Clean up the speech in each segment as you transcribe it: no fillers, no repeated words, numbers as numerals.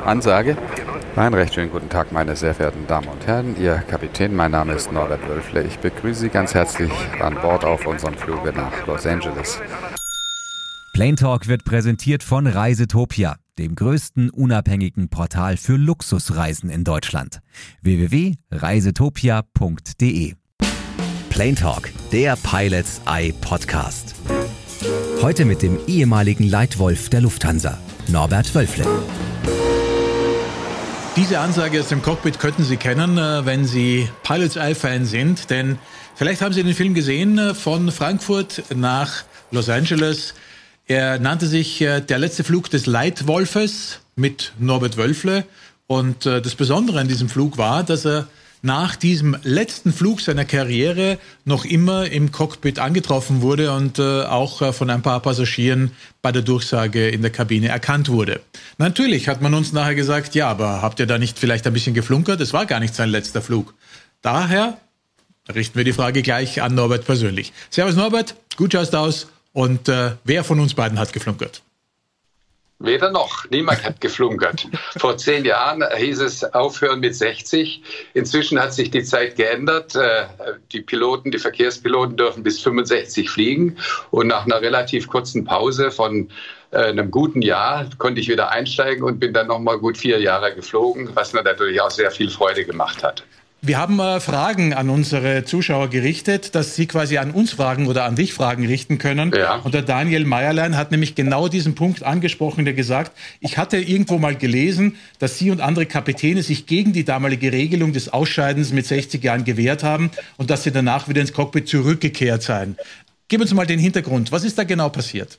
Ansage. Einen recht schönen guten Tag, meine sehr verehrten Damen und Herren. Ihr Kapitän, mein Name ist Norbert Wölfle. Ich begrüße Sie ganz herzlich an Bord auf unserem Fluge nach Los Angeles. Plane Talk wird präsentiert von Reisetopia, dem größten unabhängigen Portal für Luxusreisen in Deutschland. www.reisetopia.de. Plane Talk, der Pilots Eye Podcast. Heute mit dem ehemaligen Leitwolf der Lufthansa, Norbert Wölfle. Diese Ansage aus dem Cockpit könnten Sie kennen, wenn Sie Pilots Eye-Fan sind, denn vielleicht haben Sie den Film gesehen von Frankfurt nach Los Angeles. Er nannte sich Der letzte Flug des Leitwolfes mit Norbert Wölfle. Und das Besondere an diesem Flug war, dass er nach diesem letzten Flug seiner Karriere noch immer im Cockpit angetroffen wurde und auch von ein paar Passagieren bei der Durchsage in der Kabine erkannt wurde. Natürlich hat man uns nachher gesagt, ja, aber habt ihr da nicht vielleicht ein bisschen geflunkert? Es war gar nicht sein letzter Flug. Daher richten wir die Frage gleich an Norbert persönlich. Servus Norbert, gut schaust aus. Und wer von uns beiden hat geflunkert? Weder noch. Niemand hat geflunkert. Vor 10 Jahren hieß es aufhören mit 60. Inzwischen hat sich die Zeit geändert. Die Verkehrspiloten dürfen bis 65 fliegen. Und nach einer relativ kurzen Pause von einem guten Jahr konnte ich wieder einsteigen und bin dann nochmal gut 4 Jahre geflogen, was mir natürlich auch sehr viel Freude gemacht hat. Wir haben Fragen an unsere Zuschauer gerichtet, dass sie quasi an uns Fragen oder an dich Fragen richten können. Ja. Und der Daniel Meierlein hat nämlich genau diesen Punkt angesprochen, der gesagt, ich hatte irgendwo mal gelesen, dass Sie und andere Kapitäne sich gegen die damalige Regelung des Ausscheidens mit 60 Jahren gewehrt haben und dass Sie danach wieder ins Cockpit zurückgekehrt seien. Gib uns mal den Hintergrund. Was ist da genau passiert?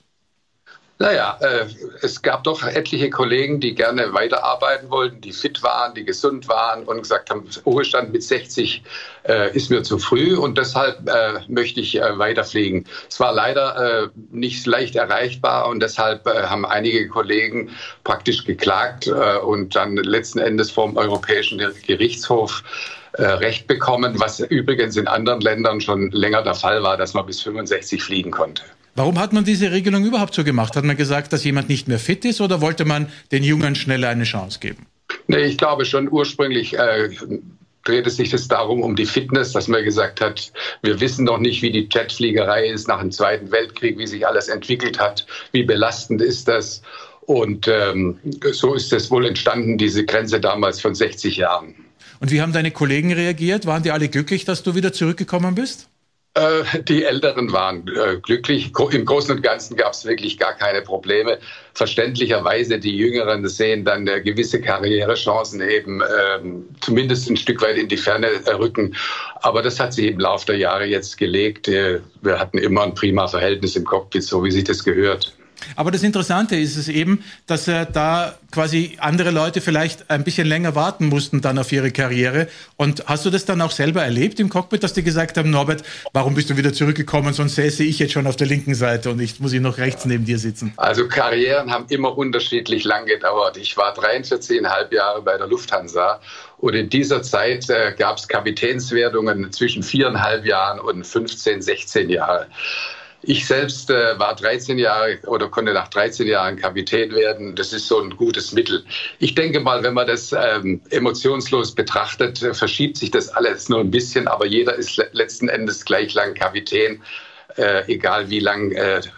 Naja, es gab doch etliche Kollegen, die gerne weiterarbeiten wollten, die fit waren, die gesund waren und gesagt haben, Ruhestand mit 60 ist mir zu früh und deshalb möchte ich weiterfliegen. Es war leider nicht leicht erreichbar und deshalb haben einige Kollegen praktisch geklagt und dann letzten Endes vom Europäischen Gerichtshof Recht bekommen, was übrigens in anderen Ländern schon länger der Fall war, dass man bis 65 fliegen konnte. Warum hat man diese Regelung überhaupt so gemacht? Hat man gesagt, dass jemand nicht mehr fit ist oder wollte man den Jungen schneller eine Chance geben? Nee, ich glaube schon ursprünglich drehte sich das darum, um die Fitness, dass man gesagt hat, wir wissen noch nicht, wie die Jetfliegerei ist nach dem Zweiten Weltkrieg, wie sich alles entwickelt hat, wie belastend ist das. Und so ist es wohl entstanden, diese Grenze damals von 60 Jahren. Und wie haben deine Kollegen reagiert? Waren die alle glücklich, dass du wieder zurückgekommen bist? Die Älteren waren glücklich. Im Großen und Ganzen gab es wirklich gar keine Probleme. Verständlicherweise, die Jüngeren sehen dann gewisse Karrierechancen eben zumindest ein Stück weit in die Ferne rücken. Aber das hat sich im Laufe der Jahre jetzt gelegt. Wir hatten immer ein prima Verhältnis im Cockpit, so wie sich das gehört. Aber das Interessante ist es eben, dass da quasi andere Leute vielleicht ein bisschen länger warten mussten dann auf ihre Karriere. Und hast du das dann auch selber erlebt im Cockpit, dass die gesagt haben, Norbert, warum bist du wieder zurückgekommen, sonst säße ich jetzt schon auf der linken Seite und ich muss noch rechts neben dir sitzen? Also Karrieren haben immer unterschiedlich lang gedauert. Ich war 43,5 Jahre bei der Lufthansa und in dieser Zeit gab es Kapitänswertungen zwischen 4,5 Jahren und 15, 16 Jahre. Ich selbst war 13 Jahre oder konnte nach 13 Jahren Kapitän werden. Das ist so ein gutes Mittel. Ich denke mal, wenn man das emotionslos betrachtet, verschiebt sich das alles nur ein bisschen. Aber jeder ist letzten Endes gleich lang Kapitän, egal wie lang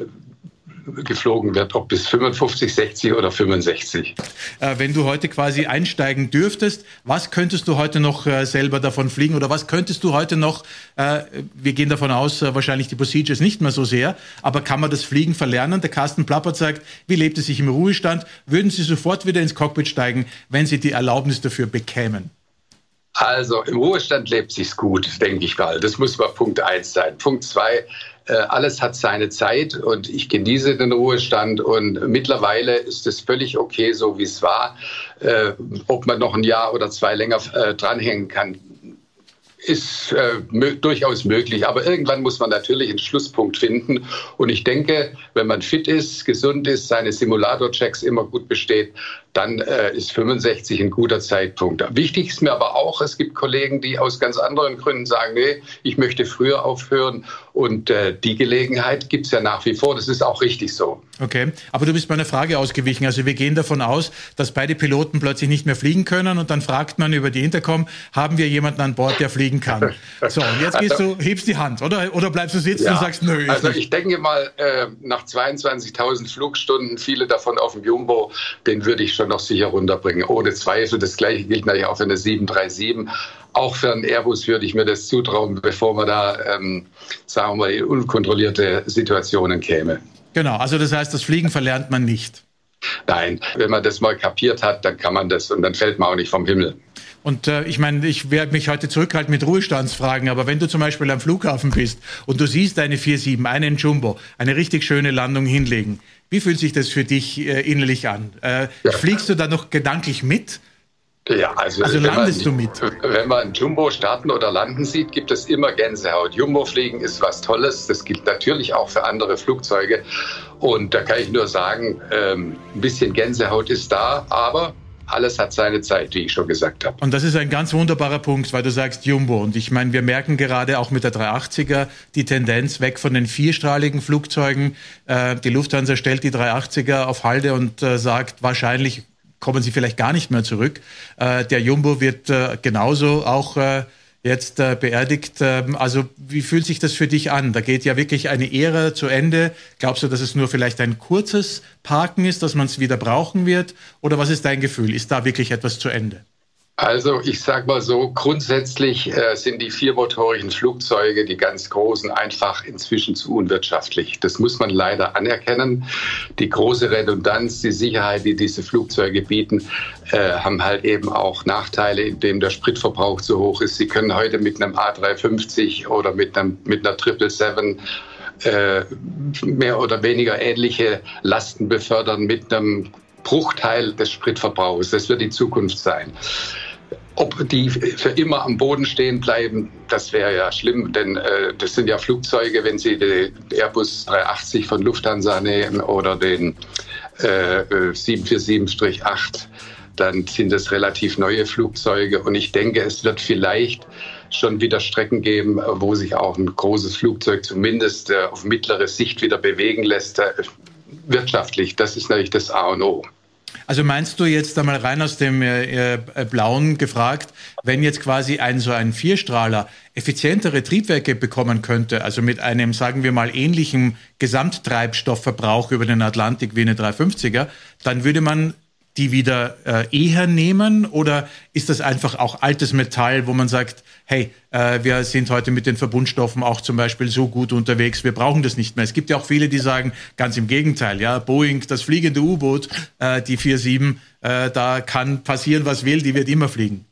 geflogen wird, ob bis 55, 60 oder 65. Wenn du heute quasi einsteigen dürftest, was könntest du heute noch selber davon fliegen oder was könntest du heute noch, wir gehen davon aus, wahrscheinlich die Procedures nicht mehr so sehr, aber kann man das Fliegen verlernen? Der Carsten Plappert sagt, wie lebt es sich im Ruhestand? Würden Sie sofort wieder ins Cockpit steigen, wenn Sie die Erlaubnis dafür bekämen? Also im Ruhestand lebt sich's gut, denke ich mal. Das muss mal Punkt 1 sein. Punkt 2, alles hat seine Zeit und ich genieße den Ruhestand und mittlerweile ist es völlig okay, so wie es war. Ob man noch ein Jahr oder 2 länger dranhängen kann, ist durchaus möglich. Aber irgendwann muss man natürlich einen Schlusspunkt finden. Und ich denke, wenn man fit ist, gesund ist, seine Simulator-Checks immer gut besteht, dann ist 65 ein guter Zeitpunkt. Wichtig ist mir aber auch, es gibt Kollegen, die aus ganz anderen Gründen sagen, nee, ich möchte früher aufhören. Und die Gelegenheit gibt es ja nach wie vor. Das ist auch richtig so. Okay, aber du bist meiner Frage ausgewichen. Also wir gehen davon aus, dass beide Piloten plötzlich nicht mehr fliegen können und dann fragt man über die Intercom, haben wir jemanden an Bord, der fliegen kann? So, und jetzt gehst du, hebst die Hand, oder bleibst du sitzen und sagst, nö. Also ich denke mal, nach 22.000 Flugstunden, viele davon auf dem Jumbo, den würde ich schon noch sicher runterbringen. Ohne Zweifel. Das Gleiche gilt natürlich auch für eine 737. Auch für einen Airbus würde ich mir das zutrauen, bevor man da, sagen wir mal, in unkontrollierte Situationen käme. Genau, also das heißt, das Fliegen verlernt man nicht. Nein, wenn man das mal kapiert hat, dann kann man das und dann fällt man auch nicht vom Himmel. Und ich meine, ich werde mich heute zurückhalten mit Ruhestandsfragen, aber wenn du zum Beispiel am Flughafen bist und du siehst eine 47, einen Jumbo, eine richtig schöne Landung hinlegen, wie fühlt sich das für dich innerlich an? Fliegst du da noch gedanklich mit? Ja, also landest du mit? Wenn man einen Jumbo starten oder landen sieht, gibt es immer Gänsehaut. Jumbo-Fliegen ist was Tolles. Das gilt natürlich auch für andere Flugzeuge. Und da kann ich nur sagen, ein bisschen Gänsehaut ist da, aber alles hat seine Zeit, wie ich schon gesagt habe. Und das ist ein ganz wunderbarer Punkt, weil du sagst Jumbo. Und ich meine, wir merken gerade auch mit der 380er die Tendenz weg von den vierstrahligen Flugzeugen. Die Lufthansa stellt die 380er auf Halde und sagt, wahrscheinlich kommen sie vielleicht gar nicht mehr zurück. Der Jumbo wird genauso auch jetzt beerdigt. Also wie fühlt sich das für dich an? Da geht ja wirklich eine Ära zu Ende. Glaubst du, dass es nur vielleicht ein kurzes Parken ist, dass man es wieder brauchen wird? Oder was ist dein Gefühl? Ist da wirklich etwas zu Ende? Also ich sage mal so, grundsätzlich sind die viermotorigen Flugzeuge, die ganz großen, einfach inzwischen zu unwirtschaftlich. Das muss man leider anerkennen. Die große Redundanz, die Sicherheit, die diese Flugzeuge bieten, haben halt eben auch Nachteile, indem der Spritverbrauch zu hoch ist. Sie können heute mit einem A350 oder mit einer 777 mehr oder weniger ähnliche Lasten befördern mit einem Bruchteil des Spritverbrauchs. Das wird die Zukunft sein. Ob die für immer am Boden stehen bleiben, das wäre ja schlimm, denn das sind ja Flugzeuge, wenn Sie den Airbus 380 von Lufthansa nehmen oder den 747-8, dann sind das relativ neue Flugzeuge. Und ich denke, es wird vielleicht schon wieder Strecken geben, wo sich auch ein großes Flugzeug zumindest auf mittlere Sicht wieder bewegen lässt. Wirtschaftlich, das ist natürlich das A und O. Also meinst du jetzt einmal rein aus dem Blauen gefragt, wenn jetzt quasi so ein Vierstrahler effizientere Triebwerke bekommen könnte, also mit einem, sagen wir mal, ähnlichen Gesamttreibstoffverbrauch über den Atlantik wie eine 350er, dann würde man die wieder eher nehmen, oder ist das einfach auch altes Metall, wo man sagt, hey, wir sind heute mit den Verbundstoffen auch zum Beispiel so gut unterwegs, wir brauchen das nicht mehr. Es gibt ja auch viele, die sagen, ganz im Gegenteil, ja, Boeing, das fliegende U-Boot, die 47, da kann passieren, was will, die wird immer fliegen.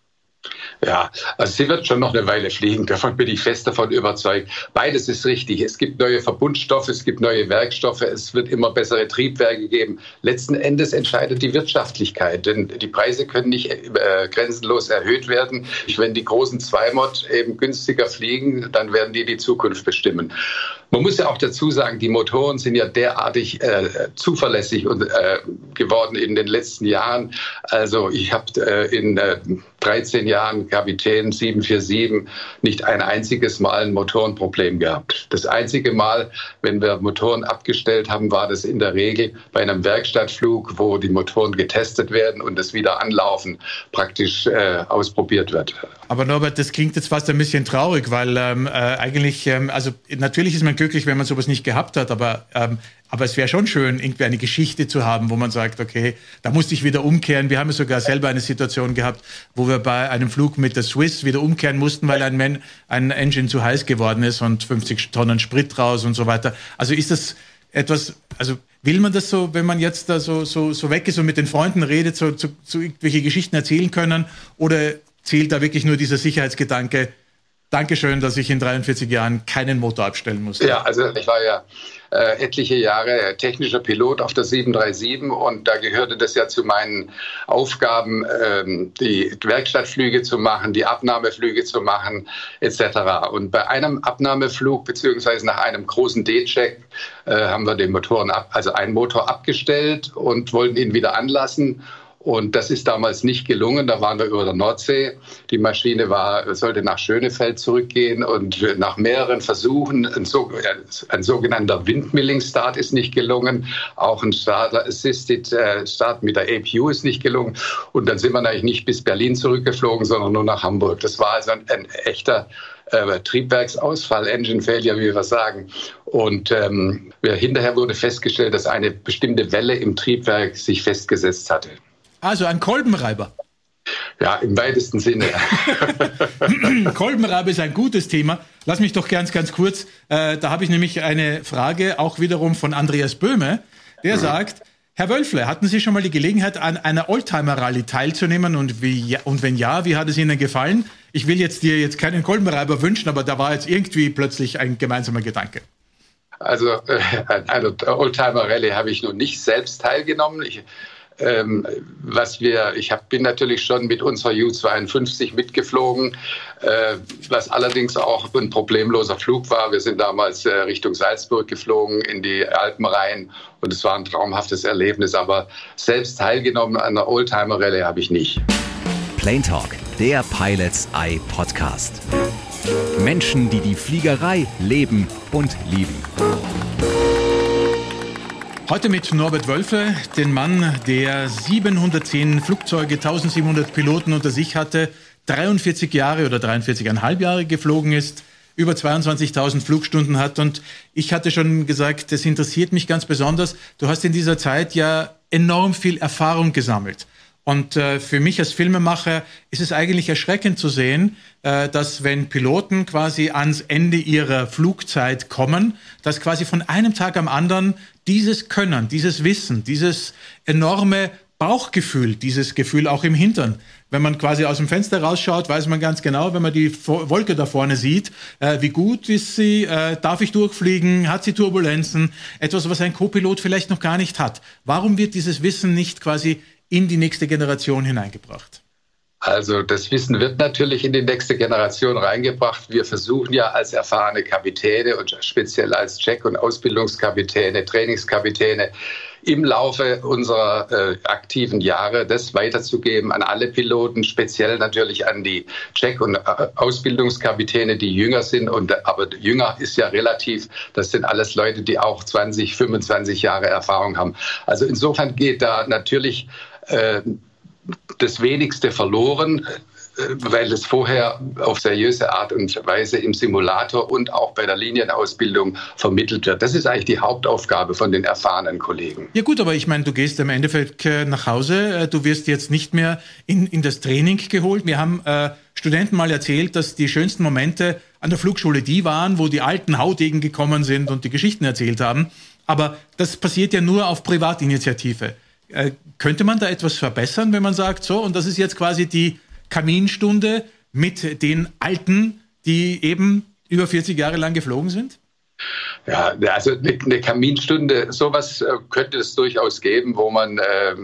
Ja, also sie wird schon noch eine Weile fliegen, davon bin ich fest davon überzeugt. Beides ist richtig. Es gibt neue Verbundstoffe, es gibt neue Werkstoffe, es wird immer bessere Triebwerke geben. Letzten Endes entscheidet die Wirtschaftlichkeit, denn die Preise können nicht grenzenlos erhöht werden. Wenn die großen Zweimod eben günstiger fliegen, dann werden die Zukunft bestimmen. Man muss ja auch dazu sagen, die Motoren sind ja derartig zuverlässig geworden in den letzten Jahren. Also ich habe in 13 Jahren Kapitän 747 nicht ein einziges Mal ein Motorenproblem gehabt. Das einzige Mal, wenn wir Motoren abgestellt haben, war das in der Regel bei einem Werkstattflug, wo die Motoren getestet werden und das Wiederanlaufen praktisch ausprobiert wird. Aber Norbert, das klingt jetzt fast ein bisschen traurig, weil eigentlich, also natürlich ist man glücklich, wenn man sowas nicht gehabt hat, aber es wäre schon schön, irgendwie eine Geschichte zu haben, wo man sagt, okay, da musste ich wieder umkehren. Wir haben ja sogar selber eine Situation gehabt, wo wir bei einem Flug mit der Swiss wieder umkehren mussten, weil ein Engine zu heiß geworden ist und 50 Tonnen Sprit raus und so weiter. Also ist das etwas, also will man das so, wenn man jetzt da so weg ist und mit den Freunden redet, so irgendwelche Geschichten erzählen können, oder zählt da wirklich nur dieser Sicherheitsgedanke, Dankeschön, dass ich in 43 Jahren keinen Motor abstellen musste? Ja, also ich war ja etliche Jahre technischer Pilot auf der 737 und da gehörte das ja zu meinen Aufgaben, die Werkstattflüge zu machen, die Abnahmeflüge zu machen etc. Und bei einem Abnahmeflug beziehungsweise nach einem großen D-Check haben wir den einen Motor abgestellt und wollten ihn wieder anlassen. Und das ist damals nicht gelungen. Da waren wir über der Nordsee. Die Maschine sollte nach Schönefeld zurückgehen. Und nach mehreren Versuchen, ein sogenannter Windmilling-Start ist nicht gelungen. Auch ein Starter-Assisted Start mit der APU ist nicht gelungen. Und dann sind wir eigentlich nicht bis Berlin zurückgeflogen, sondern nur nach Hamburg. Das war also ein echter Triebwerksausfall, Engine Failure, wie wir sagen. Und hinterher wurde festgestellt, dass eine bestimmte Welle im Triebwerk sich festgesetzt hatte. Also ein Kolbenreiber. Ja, im weitesten Sinne. Kolbenreiber ist ein gutes Thema. Lass mich doch ganz kurz, da habe ich nämlich eine Frage, auch wiederum von Andreas Böhme, der sagt, Herr Wölfle, hatten Sie schon mal die Gelegenheit, an einer Oldtimer-Rallye teilzunehmen? Und wenn ja, wie hat es Ihnen gefallen? Ich will dir jetzt keinen Kolbenreiber wünschen, aber da war jetzt irgendwie plötzlich ein gemeinsamer Gedanke. Also an einer Oldtimer-Rallye habe ich noch nicht selbst teilgenommen. Ich bin natürlich schon mit unserer U-52 mitgeflogen, was allerdings auch ein problemloser Flug war. Wir sind damals Richtung Salzburg geflogen, in die Alpen rein, und es war ein traumhaftes Erlebnis. Aber selbst teilgenommen an einer Oldtimer-Rallye habe ich nicht. Plane Talk, der Pilots Eye Podcast. Menschen, die die Fliegerei leben und lieben. Heute mit Norbert Wölfle, den Mann, der 710 Flugzeuge, 1700 Piloten unter sich hatte, 43 Jahre oder 43,5 Jahre geflogen ist, über 22.000 Flugstunden hat. Und ich hatte schon gesagt, das interessiert mich ganz besonders. Du hast in dieser Zeit ja enorm viel Erfahrung gesammelt. Und für mich als Filmemacher ist es eigentlich erschreckend zu sehen, dass wenn Piloten quasi ans Ende ihrer Flugzeit kommen, dass quasi von einem Tag am anderen dieses Können, dieses Wissen, dieses enorme Bauchgefühl, dieses Gefühl auch im Hintern. Wenn man quasi aus dem Fenster rausschaut, weiß man ganz genau, wenn man die Wolke da vorne sieht, wie gut ist sie, darf ich durchfliegen, hat sie Turbulenzen, etwas, was ein Co-Pilot vielleicht noch gar nicht hat. Warum wird dieses Wissen nicht quasi in die nächste Generation hineingebracht? Also das Wissen wird natürlich in die nächste Generation reingebracht. Wir versuchen ja als erfahrene Kapitäne und speziell als Check- und Ausbildungskapitäne, Trainingskapitäne im Laufe unserer aktiven Jahre das weiterzugeben an alle Piloten, speziell natürlich an die Check- und Ausbildungskapitäne, die jünger sind. Aber jünger ist ja relativ, das sind alles Leute, die auch 20, 25 Jahre Erfahrung haben. Also insofern geht da natürlich das Wenigste verloren, weil es vorher auf seriöse Art und Weise im Simulator und auch bei der Linienausbildung vermittelt wird. Das ist eigentlich die Hauptaufgabe von den erfahrenen Kollegen. Ja gut, aber ich meine, du gehst im Endeffekt nach Hause, du wirst jetzt nicht mehr in das Training geholt. Wir haben Studenten mal erzählt, dass die schönsten Momente an der Flugschule die waren, wo die alten Haudegen gekommen sind und die Geschichten erzählt haben. Aber das passiert ja nur auf Privatinitiative. Könnte man da etwas verbessern, wenn man sagt, so, und das ist jetzt quasi die Kaminstunde mit den Alten, die eben über 40 Jahre lang geflogen sind? Ja, also eine Kaminstunde, sowas könnte es durchaus geben, wo man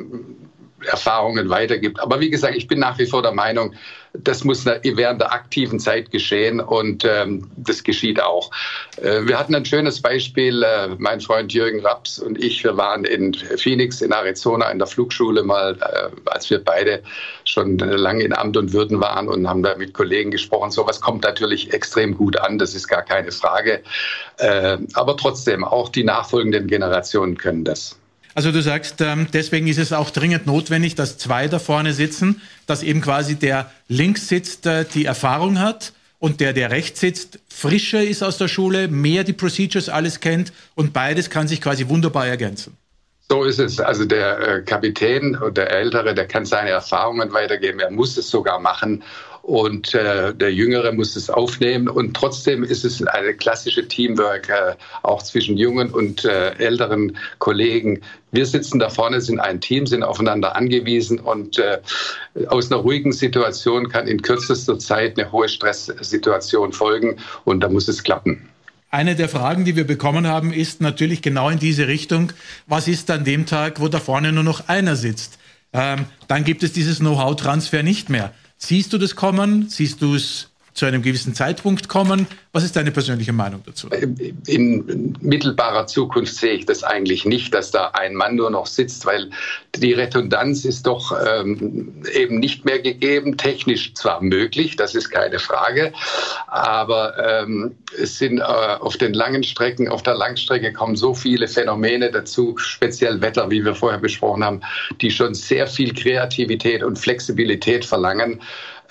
Erfahrungen weitergibt. Aber wie gesagt, ich bin nach wie vor der Meinung, das muss während der aktiven Zeit geschehen, und das geschieht auch. Wir hatten ein schönes Beispiel, mein Freund Jürgen Raps und ich, wir waren in Phoenix in Arizona in der Flugschule mal, als wir beide schon lange in Amt und Würden waren, und haben da mit Kollegen gesprochen. Sowas kommt natürlich extrem gut an, das ist gar keine Frage. Aber trotzdem, auch die nachfolgenden Generationen können das. Also du sagst, deswegen ist es auch dringend notwendig, dass zwei da vorne sitzen, dass eben quasi der links sitzt, die Erfahrung hat, und der rechts sitzt, frischer ist aus der Schule, mehr die Procedures alles kennt, und beides kann sich quasi wunderbar ergänzen. So ist es. Also der Kapitän oder der Ältere, der kann seine Erfahrungen weitergeben. Er muss es sogar machen. Und der Jüngere muss es aufnehmen. Und trotzdem ist es eine klassische Teamwork, auch zwischen jungen und älteren Kollegen. Wir sitzen da vorne, sind ein Team, sind aufeinander angewiesen. Und aus einer ruhigen Situation kann in kürzester Zeit eine hohe Stresssituation folgen. Und da muss es klappen. Eine der Fragen, die wir bekommen haben, ist natürlich genau in diese Richtung. Was ist an dem Tag, wo da vorne nur noch einer sitzt? Dann gibt es dieses Know-how-Transfer nicht mehr. Siehst du das kommen? Siehst du es zu einem gewissen Zeitpunkt kommen. Was ist deine persönliche Meinung dazu? In mittelbarer Zukunft sehe ich das eigentlich nicht, dass da ein Mann nur noch sitzt, weil die Redundanz ist doch eben nicht mehr gegeben. Technisch zwar möglich, das ist keine Frage, aber es sind auf den langen Strecken, auf der Langstrecke kommen so viele Phänomene dazu, speziell Wetter, wie wir vorher besprochen haben, die schon sehr viel Kreativität und Flexibilität verlangen.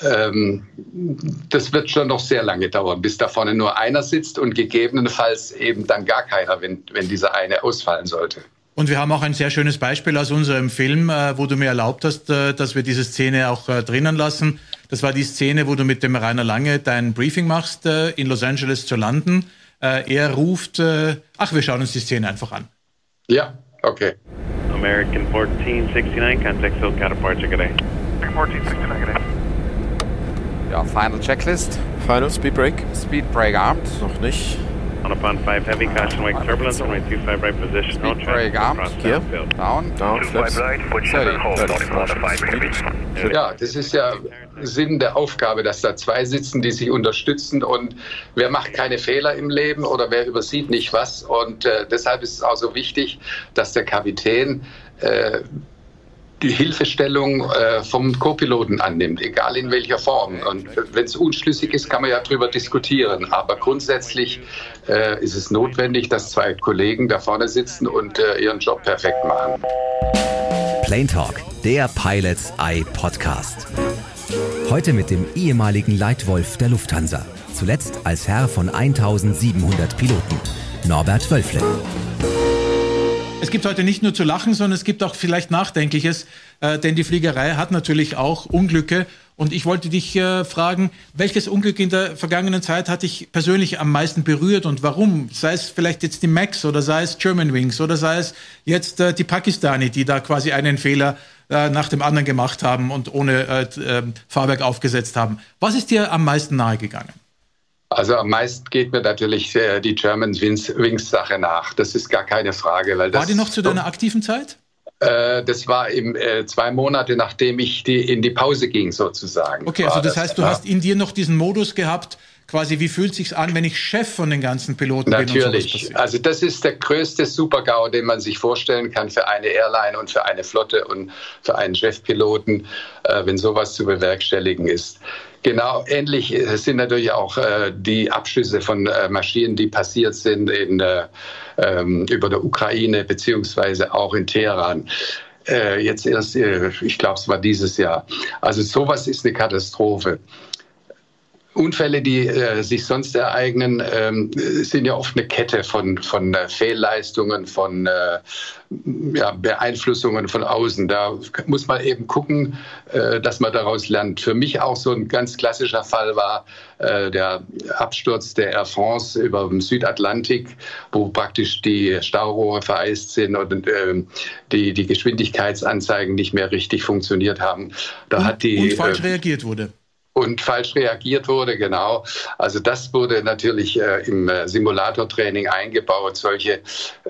Das wird schon noch sehr lange dauern, bis da vorne nur einer sitzt und gegebenenfalls eben dann gar keiner, wenn dieser eine ausfallen sollte. Und wir haben auch ein sehr schönes Beispiel aus unserem Film, wo du mir erlaubt hast, dass wir diese Szene auch drinnen lassen. Das war die Szene, wo du mit dem Rainer Lange dein Briefing machst, in Los Angeles zu landen. Er ruft, wir schauen uns die Szene einfach an. Ja, okay. American 1469, contact Phil Cataparts, good day. 1469, good day. Ja, Final Checklist. Final Speed Brake. Speed Brake armed. Noch nicht. On upon 5 heavy, caution wake turbulence, runway 25 right position. Speed Brake armed. Hier. Down. Down, flaps. Ja, das ist ja Sinn der Aufgabe, dass da zwei sitzen, die sich unterstützen, und wer macht keine Fehler im Leben oder wer übersieht nicht was, und deshalb ist es auch so wichtig, dass der Kapitän die Hilfestellung vom Co-Piloten annimmt, egal in welcher Form. Und wenn es unschlüssig ist, kann man ja darüber diskutieren. Aber grundsätzlich ist es notwendig, dass zwei Kollegen da vorne sitzen und ihren Job perfekt machen. Plane Talk, der Pilots Eye Podcast. Heute mit dem ehemaligen Leitwolf der Lufthansa. Zuletzt als Herr von 1700 Piloten, Norbert Wölfle. Es gibt heute nicht nur zu lachen, sondern es gibt auch vielleicht Nachdenkliches, denn die Fliegerei hat natürlich auch Unglücke. Und ich wollte dich fragen, welches Unglück in der vergangenen Zeit hat dich persönlich am meisten berührt und warum? Sei es vielleicht jetzt die MAX oder sei es Germanwings oder sei es jetzt die Pakistani, die da quasi einen Fehler nach dem anderen gemacht haben und ohne Fahrwerk aufgesetzt haben. Was ist dir am meisten nahegegangen? Also am meisten geht mir natürlich die Germanwings-Sache nach. Das ist gar keine Frage. Weil das war die noch zu deiner aktiven Zeit? Das war 2 Monate, nachdem ich in die Pause ging, sozusagen. Okay, also das heißt, du hast in dir noch diesen Modus gehabt, quasi, wie fühlt es sich an, wenn ich Chef von den ganzen Piloten bin? Natürlich. Also das ist der größte Super-GAU, den man sich vorstellen kann für eine Airline und für eine Flotte und für einen Chefpiloten, wenn sowas zu bewerkstelligen ist. Genau, ähnlich sind natürlich auch die Abschüsse von Maschinen, die passiert sind über der Ukraine beziehungsweise auch in Teheran. Jetzt erst, ich glaube, es war dieses Jahr. Also sowas ist eine Katastrophe. Unfälle, die sich sonst ereignen, sind ja oft eine Kette von Fehlleistungen, von Beeinflussungen von außen. Da muss man eben gucken, dass man daraus lernt. Für mich auch so ein ganz klassischer Fall war der Absturz der Air France über dem Südatlantik, wo praktisch die Staurohre vereist sind und die Geschwindigkeitsanzeigen nicht mehr richtig funktioniert haben. Und falsch reagiert wurde. Und falsch reagiert wurde, genau. Also das wurde natürlich im Simulatortraining eingebaut, solche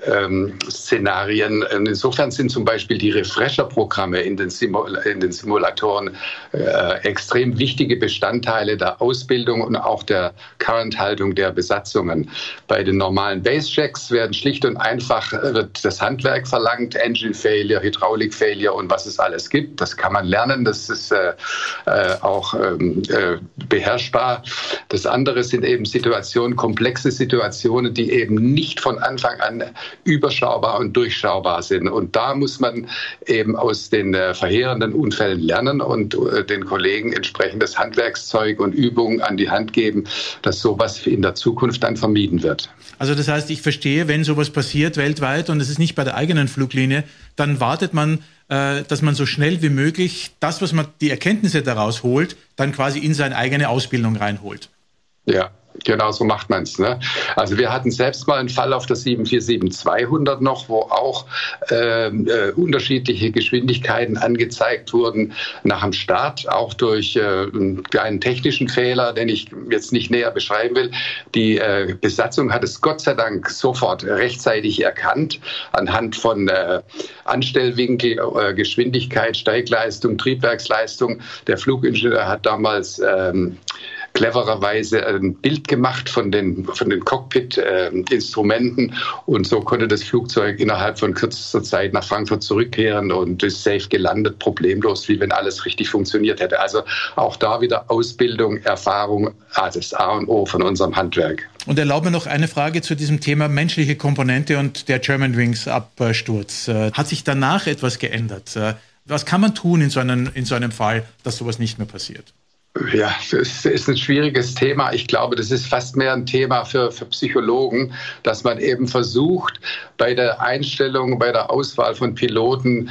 Szenarien. Insofern sind zum Beispiel die Refresher-Programme in den Simulatoren extrem wichtige Bestandteile der Ausbildung und auch der Current-Haltung der Besatzungen. Bei den normalen Base-Checks werden schlicht und einfach wird das Handwerk verlangt, Engine-Failure, Hydraulik-Failure und was es alles gibt. Das kann man lernen, das ist auch beherrschbar. Das andere sind eben Situationen, komplexe Situationen, die eben nicht von Anfang an überschaubar und durchschaubar sind. Und da muss man eben aus den verheerenden Unfällen lernen und den Kollegen entsprechendes Handwerkszeug und Übungen an die Hand geben, dass sowas in der Zukunft dann vermieden wird. Also das heißt, ich verstehe, wenn sowas passiert weltweit und es ist nicht bei der eigenen Fluglinie, dann wartet man, dass man so schnell wie möglich das, was man die Erkenntnisse daraus holt, dann quasi in seine eigene Ausbildung reinholt. Ja, genau so macht man es. Ne? Also wir hatten selbst mal einen Fall auf der 747-200 noch, wo auch unterschiedliche Geschwindigkeiten angezeigt wurden nach dem Start, auch durch einen kleinen technischen Fehler, den ich jetzt nicht näher beschreiben will. Die Besatzung hat es Gott sei Dank sofort rechtzeitig erkannt, anhand von Anstellwinkel, Geschwindigkeit, Steigleistung, Triebwerksleistung. Der Flugingenieur hat damals clevererweise ein Bild gemacht von den Cockpit-Instrumenten und so konnte das Flugzeug innerhalb von kürzester Zeit nach Frankfurt zurückkehren und ist safe gelandet, problemlos, wie wenn alles richtig funktioniert hätte. Also auch da wieder Ausbildung, Erfahrung, das A und O von unserem Handwerk. Und erlaube mir noch eine Frage zu diesem Thema menschliche Komponente und der Germanwings-Absturz. Hat sich danach etwas geändert? Was kann man tun in so einem Fall, dass sowas nicht mehr passiert? Ja, es ist ein schwieriges Thema. Ich glaube, das ist fast mehr ein Thema für Psychologen, dass man eben versucht, bei der Einstellung, bei der Auswahl von Piloten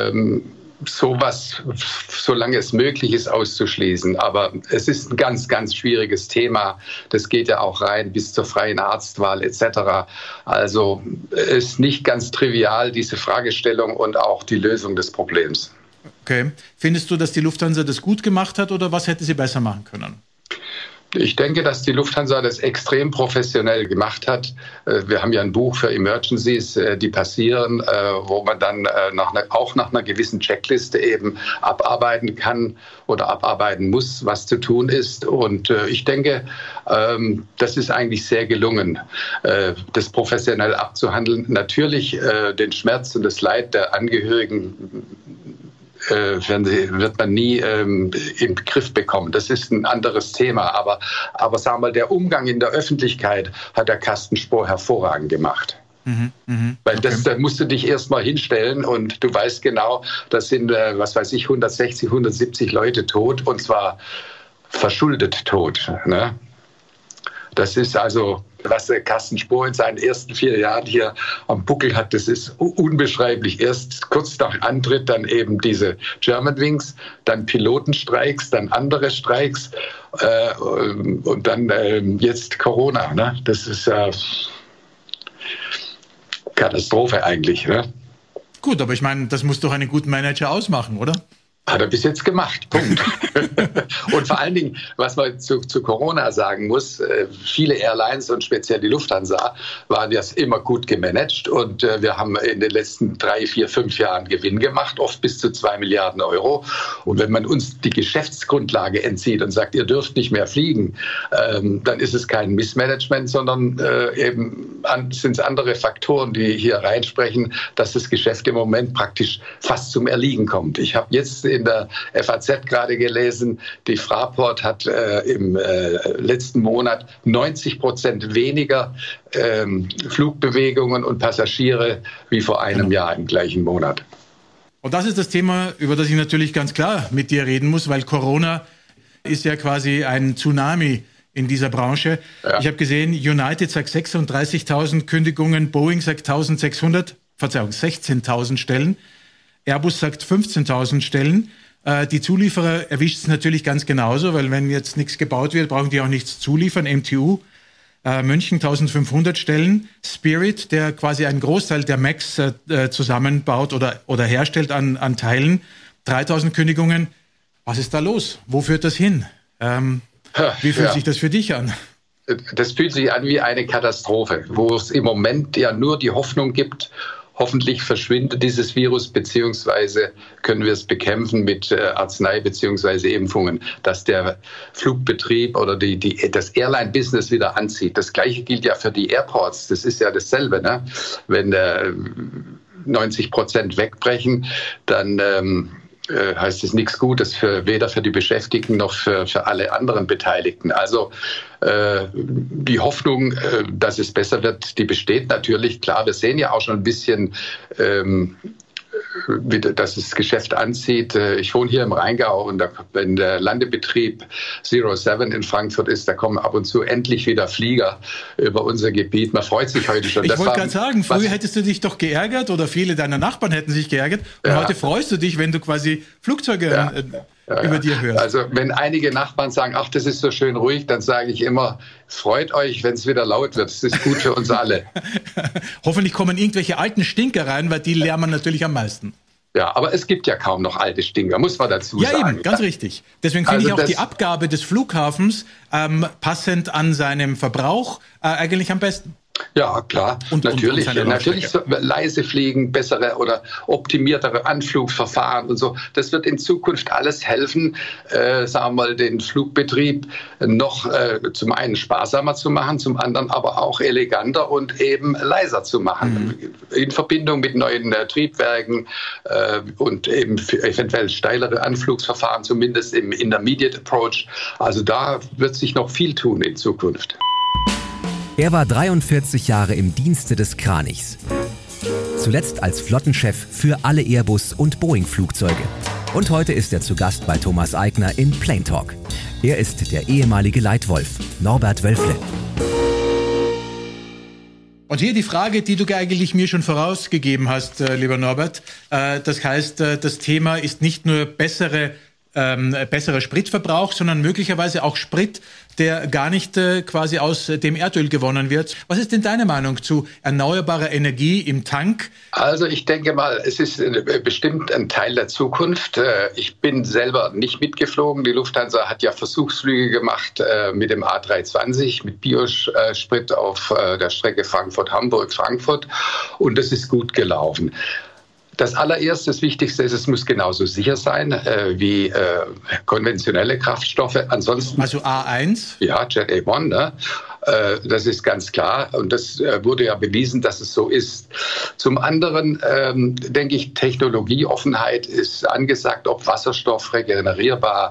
sowas, solange es möglich ist, auszuschließen. Aber es ist ein ganz, ganz schwieriges Thema. Das geht ja auch rein bis zur freien Arztwahl etc. Also es ist nicht ganz trivial, diese Fragestellung und auch die Lösung des Problems. Okay. Findest du, dass die Lufthansa das gut gemacht hat oder was hätte sie besser machen können? Ich denke, dass die Lufthansa das extrem professionell gemacht hat. Wir haben ja ein Buch für Emergencies, die passieren, wo man dann auch nach einer gewissen Checkliste eben abarbeiten kann oder abarbeiten muss, was zu tun ist. Und ich denke, das ist eigentlich sehr gelungen, das professionell abzuhandeln. Natürlich den Schmerz und das Leid der Angehörigen wird man nie im Griff bekommen. Das ist ein anderes Thema. Aber sagen wir mal, der Umgang in der Öffentlichkeit hat der Carsten Spohr hervorragend gemacht. Weil da musst du dich erst mal hinstellen und du weißt genau, das sind, 160, 170 Leute tot und zwar verschuldet tot. Ne? Das ist also, was der Carsten Spohr in seinen ersten 4 Jahren hier am Buckel hat, das ist unbeschreiblich. Erst kurz nach Antritt dann eben diese Germanwings, dann Pilotenstreiks, dann andere Streiks und dann jetzt Corona. Ne? Das ist Katastrophe eigentlich. Ne? Gut, aber ich meine, das muss doch einen guten Manager ausmachen, oder? Hat er bis jetzt gemacht, Punkt. Und vor allen Dingen, was man zu Corona sagen muss, viele Airlines und speziell die Lufthansa waren ja immer gut gemanagt und wir haben in den letzten 3, 4, 5 Jahren Gewinn gemacht, oft bis zu 2 Milliarden Euro. Und wenn man uns die Geschäftsgrundlage entzieht und sagt, ihr dürft nicht mehr fliegen, dann ist es kein Missmanagement, sondern eben sind es andere Faktoren, die hier reinsprechen, dass das Geschäft im Moment praktisch fast zum Erliegen kommt. Ich habe jetzt in der FAZ gerade gelesen, die Fraport hat im letzten Monat 90% weniger Flugbewegungen und Passagiere wie vor einem Jahr im gleichen Monat. Und das ist das Thema, über das ich natürlich ganz klar mit dir reden muss, weil Corona ist ja quasi ein Tsunami in dieser Branche. Ja. Ich habe gesehen, United sagt 36.000 Kündigungen, Boeing sagt 16.000 Stellen. Airbus sagt 15.000 Stellen. Die Zulieferer erwischt es natürlich ganz genauso, weil wenn jetzt nichts gebaut wird, brauchen die auch nichts zuliefern. MTU, München 1.500 Stellen. Spirit, der quasi einen Großteil der MAX zusammenbaut oder herstellt an Teilen, 3.000 Kündigungen. Was ist da los? Wo führt das hin? Wie fühlt sich das für dich an? Das fühlt sich an wie eine Katastrophe, wo es im Moment ja nur die Hoffnung gibt, hoffentlich verschwindet dieses Virus, beziehungsweise können wir es bekämpfen mit Arznei beziehungsweise Impfungen, dass der Flugbetrieb oder das Airline-Business wieder anzieht. Das Gleiche gilt ja für die Airports. Das ist ja dasselbe. Ne? Wenn 90% wegbrechen, dann heißt es nichts Gutes weder für die Beschäftigten noch für alle anderen Beteiligten. Also die Hoffnung, dass es besser wird, die besteht natürlich. Klar, wir sehen ja auch schon ein bisschen, dass das Geschäft anzieht. Ich wohne hier im Rheingau und wenn der Landebetrieb 07 in Frankfurt ist, da kommen ab und zu endlich wieder Flieger über unser Gebiet. Man freut sich heute schon. Ich wollte gerade sagen, früher hättest du dich doch geärgert oder viele deiner Nachbarn hätten sich geärgert und heute freust du dich, wenn du quasi Flugzeuge über dir hörst. Also wenn einige Nachbarn sagen, ach, das ist so schön ruhig, dann sage ich immer, freut euch, wenn es wieder laut wird. Das ist gut für uns alle. Hoffentlich kommen irgendwelche alten Stinker rein, weil die lärmen natürlich am meisten. Ja, aber es gibt ja kaum noch alte Stinker, muss man dazu sagen. Ja, eben, ganz richtig. Deswegen finde ich auch die Abgabe des Flughafens passend an seinem Verbrauch eigentlich am besten. Ja, klar. Natürlich leise fliegen, bessere oder optimiertere Anflugverfahren und so. Das wird in Zukunft alles helfen, sagen wir mal, den Flugbetrieb noch zum einen sparsamer zu machen, zum anderen aber auch eleganter und eben leiser zu machen. In Verbindung mit neuen Triebwerken und eben eventuell steilere Anflugsverfahren, zumindest im Intermediate Approach. Also da wird sich noch viel tun in Zukunft. Er war 43 Jahre im Dienste des Kranichs. Zuletzt als Flottenchef für alle Airbus- und Boeing-Flugzeuge. Und heute ist er zu Gast bei Thomas Aigner in Plane Talk. Er ist der ehemalige Leitwolf, Norbert Wölfle. Und hier die Frage, die du eigentlich mir schon vorausgegeben hast, lieber Norbert. Das heißt, das Thema ist nicht nur besserer Spritverbrauch, sondern möglicherweise auch Sprit, der gar nicht quasi aus dem Erdöl gewonnen wird. Was ist denn deine Meinung zu erneuerbarer Energie im Tank? Also ich denke mal, es ist bestimmt ein Teil der Zukunft. Ich bin selber nicht mitgeflogen. Die Lufthansa hat ja Versuchsflüge gemacht mit dem A320, mit Biosprit auf der Strecke Frankfurt-Hamburg-Frankfurt. Und das ist gut gelaufen. Das allererste, das Wichtigste ist, es muss genauso sicher sein wie konventionelle Kraftstoffe. Ansonsten, also A1? Ja, Jet A1, ne? Das ist ganz klar und das wurde ja bewiesen, dass es so ist. Zum anderen denke ich, Technologieoffenheit ist angesagt, ob Wasserstoff, regenerierbar,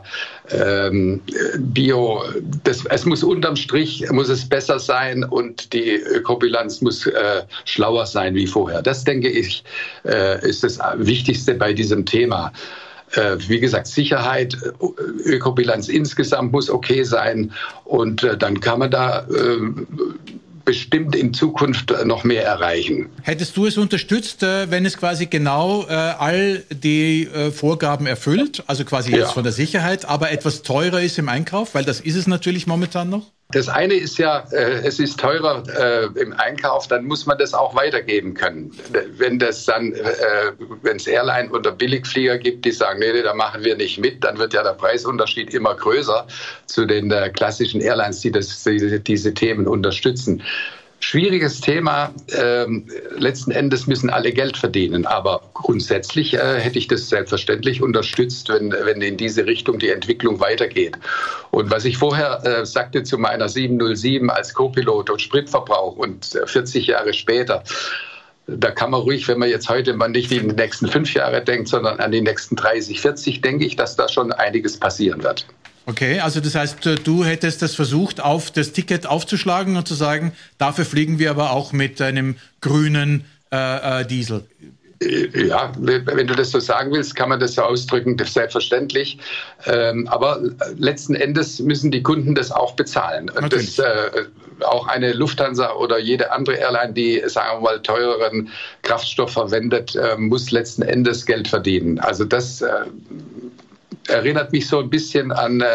Bio. Es muss unterm Strich muss es besser sein und die Ökobilanz muss schlauer sein wie vorher. Das denke ich ist das Wichtigste bei diesem Thema. Wie gesagt, Sicherheit, Ökobilanz insgesamt muss okay sein und dann kann man da bestimmt in Zukunft noch mehr erreichen. Hättest du es unterstützt, wenn es quasi genau all die Vorgaben erfüllt, also quasi jetzt von der Sicherheit, aber etwas teurer ist im Einkauf, weil das ist es natürlich momentan noch? Das eine ist ja, es ist teurer im Einkauf, dann muss man das auch weitergeben können. Wenn es Airline oder Billigflieger gibt, die sagen, nee, da machen wir nicht mit, dann wird ja der Preisunterschied immer größer zu den klassischen Airlines, die diese Themen unterstützen. Schwieriges Thema. Letzten Endes müssen alle Geld verdienen. Aber grundsätzlich hätte ich das selbstverständlich unterstützt, wenn in diese Richtung die Entwicklung weitergeht. Und was ich vorher sagte zu meiner 707 als Co-Pilot und Spritverbrauch und 40 Jahre später, da kann man ruhig, wenn man jetzt heute mal nicht in die nächsten 5 Jahre denkt, sondern an die nächsten 30, 40, denke ich, dass da schon einiges passieren wird. Okay, also das heißt, du hättest das versucht, auf das Ticket aufzuschlagen und zu sagen, dafür fliegen wir aber auch mit einem grünen Diesel. Ja, wenn du das so sagen willst, kann man das so ausdrücken, das ist selbstverständlich. Aber letzten Endes müssen die Kunden das auch bezahlen. Das, auch eine Lufthansa oder jede andere Airline, die, sagen wir mal, teureren Kraftstoff verwendet, muss letzten Endes Geld verdienen. Also das erinnert mich so ein bisschen an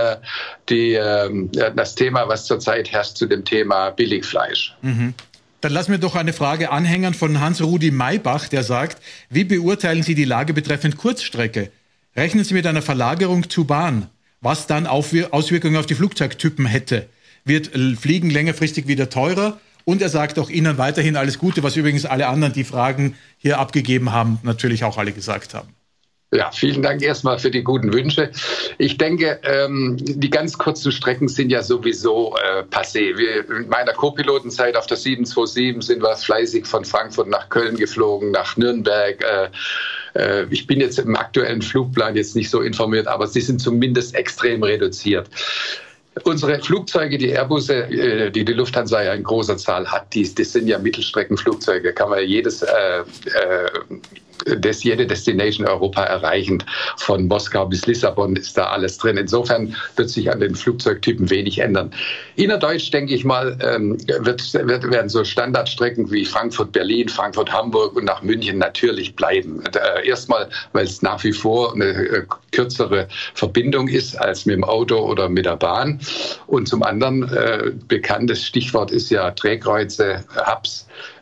das Thema, was zurzeit herrscht zu dem Thema Billigfleisch. Mhm. Dann lassen wir doch eine Frage anhängern von Hans-Rudi Maybach, der sagt, wie beurteilen Sie die Lage betreffend Kurzstrecke? Rechnen Sie mit einer Verlagerung zu Bahn, was dann Auswirkungen auf die Flugzeugtypen hätte? Wird Fliegen längerfristig wieder teurer? Und er sagt auch Ihnen weiterhin alles Gute, was übrigens alle anderen, die Fragen hier abgegeben haben, natürlich auch alle gesagt haben. Ja, vielen Dank erstmal für die guten Wünsche. Ich denke, die ganz kurzen Strecken sind ja sowieso passé. In meiner Co-Pilotenzeit auf der 727 sind wir fleißig von Frankfurt nach Köln geflogen, nach Nürnberg. Ich bin jetzt im aktuellen Flugplan jetzt nicht so informiert, aber sie sind zumindest extrem reduziert. Unsere Flugzeuge, die Airbusse, die Lufthansa ja in großer Zahl hat, das sind ja Mittelstreckenflugzeuge. Kann man jede Destination Europa erreichen. Von Moskau bis Lissabon ist da alles drin. Insofern wird sich an den Flugzeugtypen wenig ändern. Innerdeutsch, denke ich mal, werden so Standardstrecken wie Frankfurt-Berlin, Frankfurt-Hamburg und nach München natürlich bleiben. Erstmal, weil es nach wie vor eine kürzere Verbindung ist als mit dem Auto oder mit der Bahn. Und zum anderen, bekanntes Stichwort ist ja Drehkreuze, Hubs.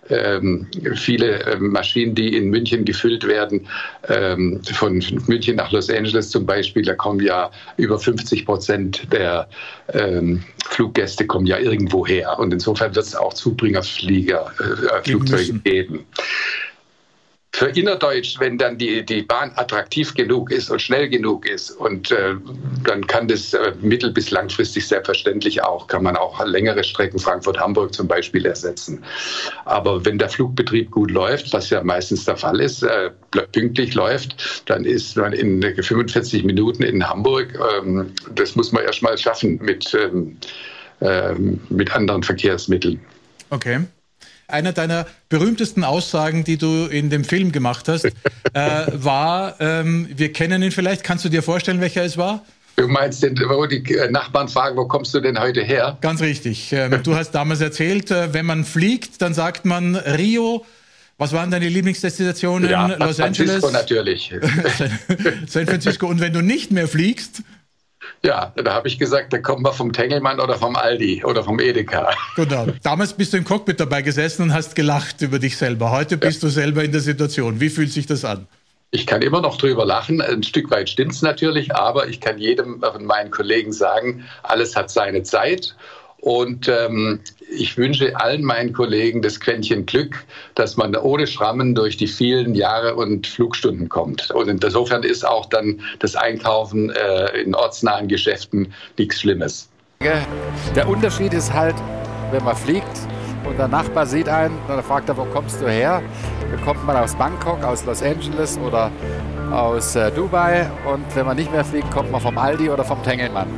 viele Maschinen, die in München gefüllt werden, von München nach Los Angeles zum Beispiel, da kommen ja über 50% der Fluggäste kommen ja irgendwo her. Und insofern wird es auch Zubringerflugzeuge geben. Für innerdeutsch, wenn dann die Bahn attraktiv genug ist und schnell genug ist, und dann kann das mittel- bis langfristig selbstverständlich auch, kann man auch längere Strecken, Frankfurt-Hamburg zum Beispiel, ersetzen. Aber wenn der Flugbetrieb gut läuft, was ja meistens der Fall ist, pünktlich läuft, dann ist man in 45 Minuten in Hamburg. Das muss man erst mal schaffen mit anderen Verkehrsmitteln. Okay. Einer deiner berühmtesten Aussagen, die du in dem Film gemacht hast, war, wir kennen ihn vielleicht, kannst du dir vorstellen, welcher es war? Du meinst, wo die Nachbarn fragen, wo kommst du denn heute her? Ganz richtig. Du hast damals erzählt, wenn man fliegt, dann sagt man Rio. Was waren deine Lieblingsdestinationen? Ja, Los Angeles? San Francisco natürlich. San Francisco. Und wenn du nicht mehr fliegst? Ja, da habe ich gesagt, da kommen wir vom Tengelmann oder vom Aldi oder vom Edeka. Genau. Damals bist du im Cockpit dabei gesessen und hast gelacht über dich selber. Heute bist du selber in der Situation. Wie fühlt sich das an? Ich kann immer noch drüber lachen. Ein Stück weit stimmt es natürlich, aber ich kann jedem von meinen Kollegen sagen, alles hat seine Zeit. Und ich wünsche allen meinen Kollegen das Quäntchen Glück, dass man ohne Schrammen durch die vielen Jahre und Flugstunden kommt. Und insofern ist auch dann das Einkaufen in ortsnahen Geschäften nichts Schlimmes. Der Unterschied ist halt, wenn man fliegt und der Nachbar sieht einen, dann fragt er, wo kommst du her? Dann kommt man aus Bangkok, aus Los Angeles oder aus Dubai, und wenn man nicht mehr fliegt, kommt man vom Aldi oder vom Tengelmann.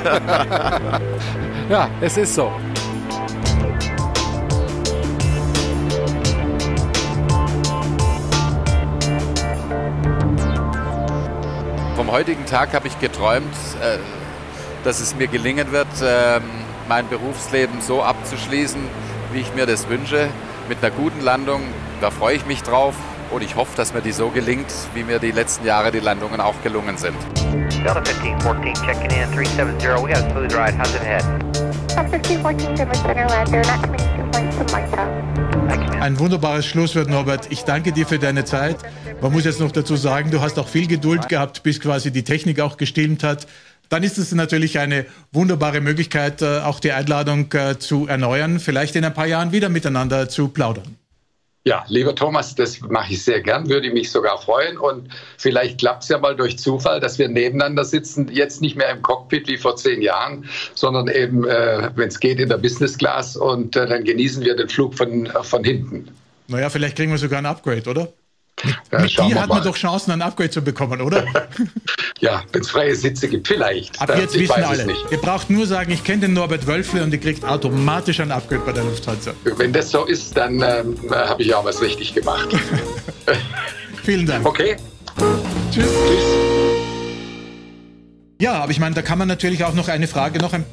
Ja, es ist so. Vom heutigen Tag habe ich geträumt, dass es mir gelingen wird, mein Berufsleben so abzuschließen, wie ich mir das wünsche, mit einer guten Landung. Da freue ich mich drauf. Und ich hoffe, dass mir die so gelingt, wie mir die letzten Jahre die Landungen auch gelungen sind. Delta 1514, checking in 370. We got a smooth ride. How's it head? 1514, Denver Center, land. There are not too many complaints from Micah. Ein wunderbares Schlusswort, Norbert. Ich danke dir für deine Zeit. Man muss jetzt noch dazu sagen, du hast auch viel Geduld gehabt, bis quasi die Technik auch gestimmt hat. Dann ist es natürlich eine wunderbare Möglichkeit, auch die Einladung zu erneuern, vielleicht in ein paar Jahren wieder miteinander zu plaudern. Ja, lieber Thomas, das mache ich sehr gern, würde mich sogar freuen, und vielleicht klappt es ja mal durch Zufall, dass wir nebeneinander sitzen, jetzt nicht mehr im Cockpit wie vor 10 Jahren, sondern eben, wenn es geht, in der Business Class, und dann genießen wir den Flug von hinten. Naja, vielleicht kriegen wir sogar ein Upgrade, oder? Ja, mit dir hat man doch Chancen, ein Upgrade zu bekommen, oder? Ja, wenn es freie Sitze gibt, vielleicht. Ab jetzt wissen alle. Ihr braucht nur sagen, ich kenne den Norbert Wölfle, und ihr kriegt automatisch ein Upgrade bei der Lufthansa. Wenn das so ist, dann habe ich auch was richtig gemacht. Vielen Dank. Okay. Tschüss. Ja, aber ich meine, da kann man natürlich auch noch eine Frage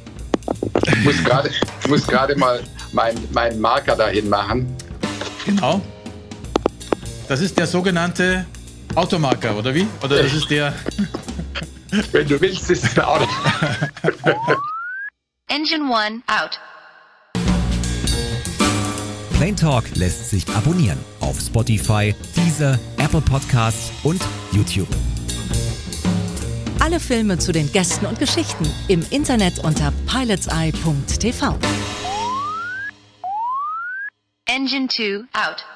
Ich muss gerade mal meinen Marker dahin machen. Genau. Das ist der sogenannte Automarker, oder wie? Oder das ist der... Wenn du willst, ist es der Auto. Engine 1, out. Plane Talk lässt sich abonnieren auf Spotify, Deezer, Apple Podcasts und YouTube. Alle Filme zu den Gästen und Geschichten im Internet unter pilotseye.tv. Engine 2, out.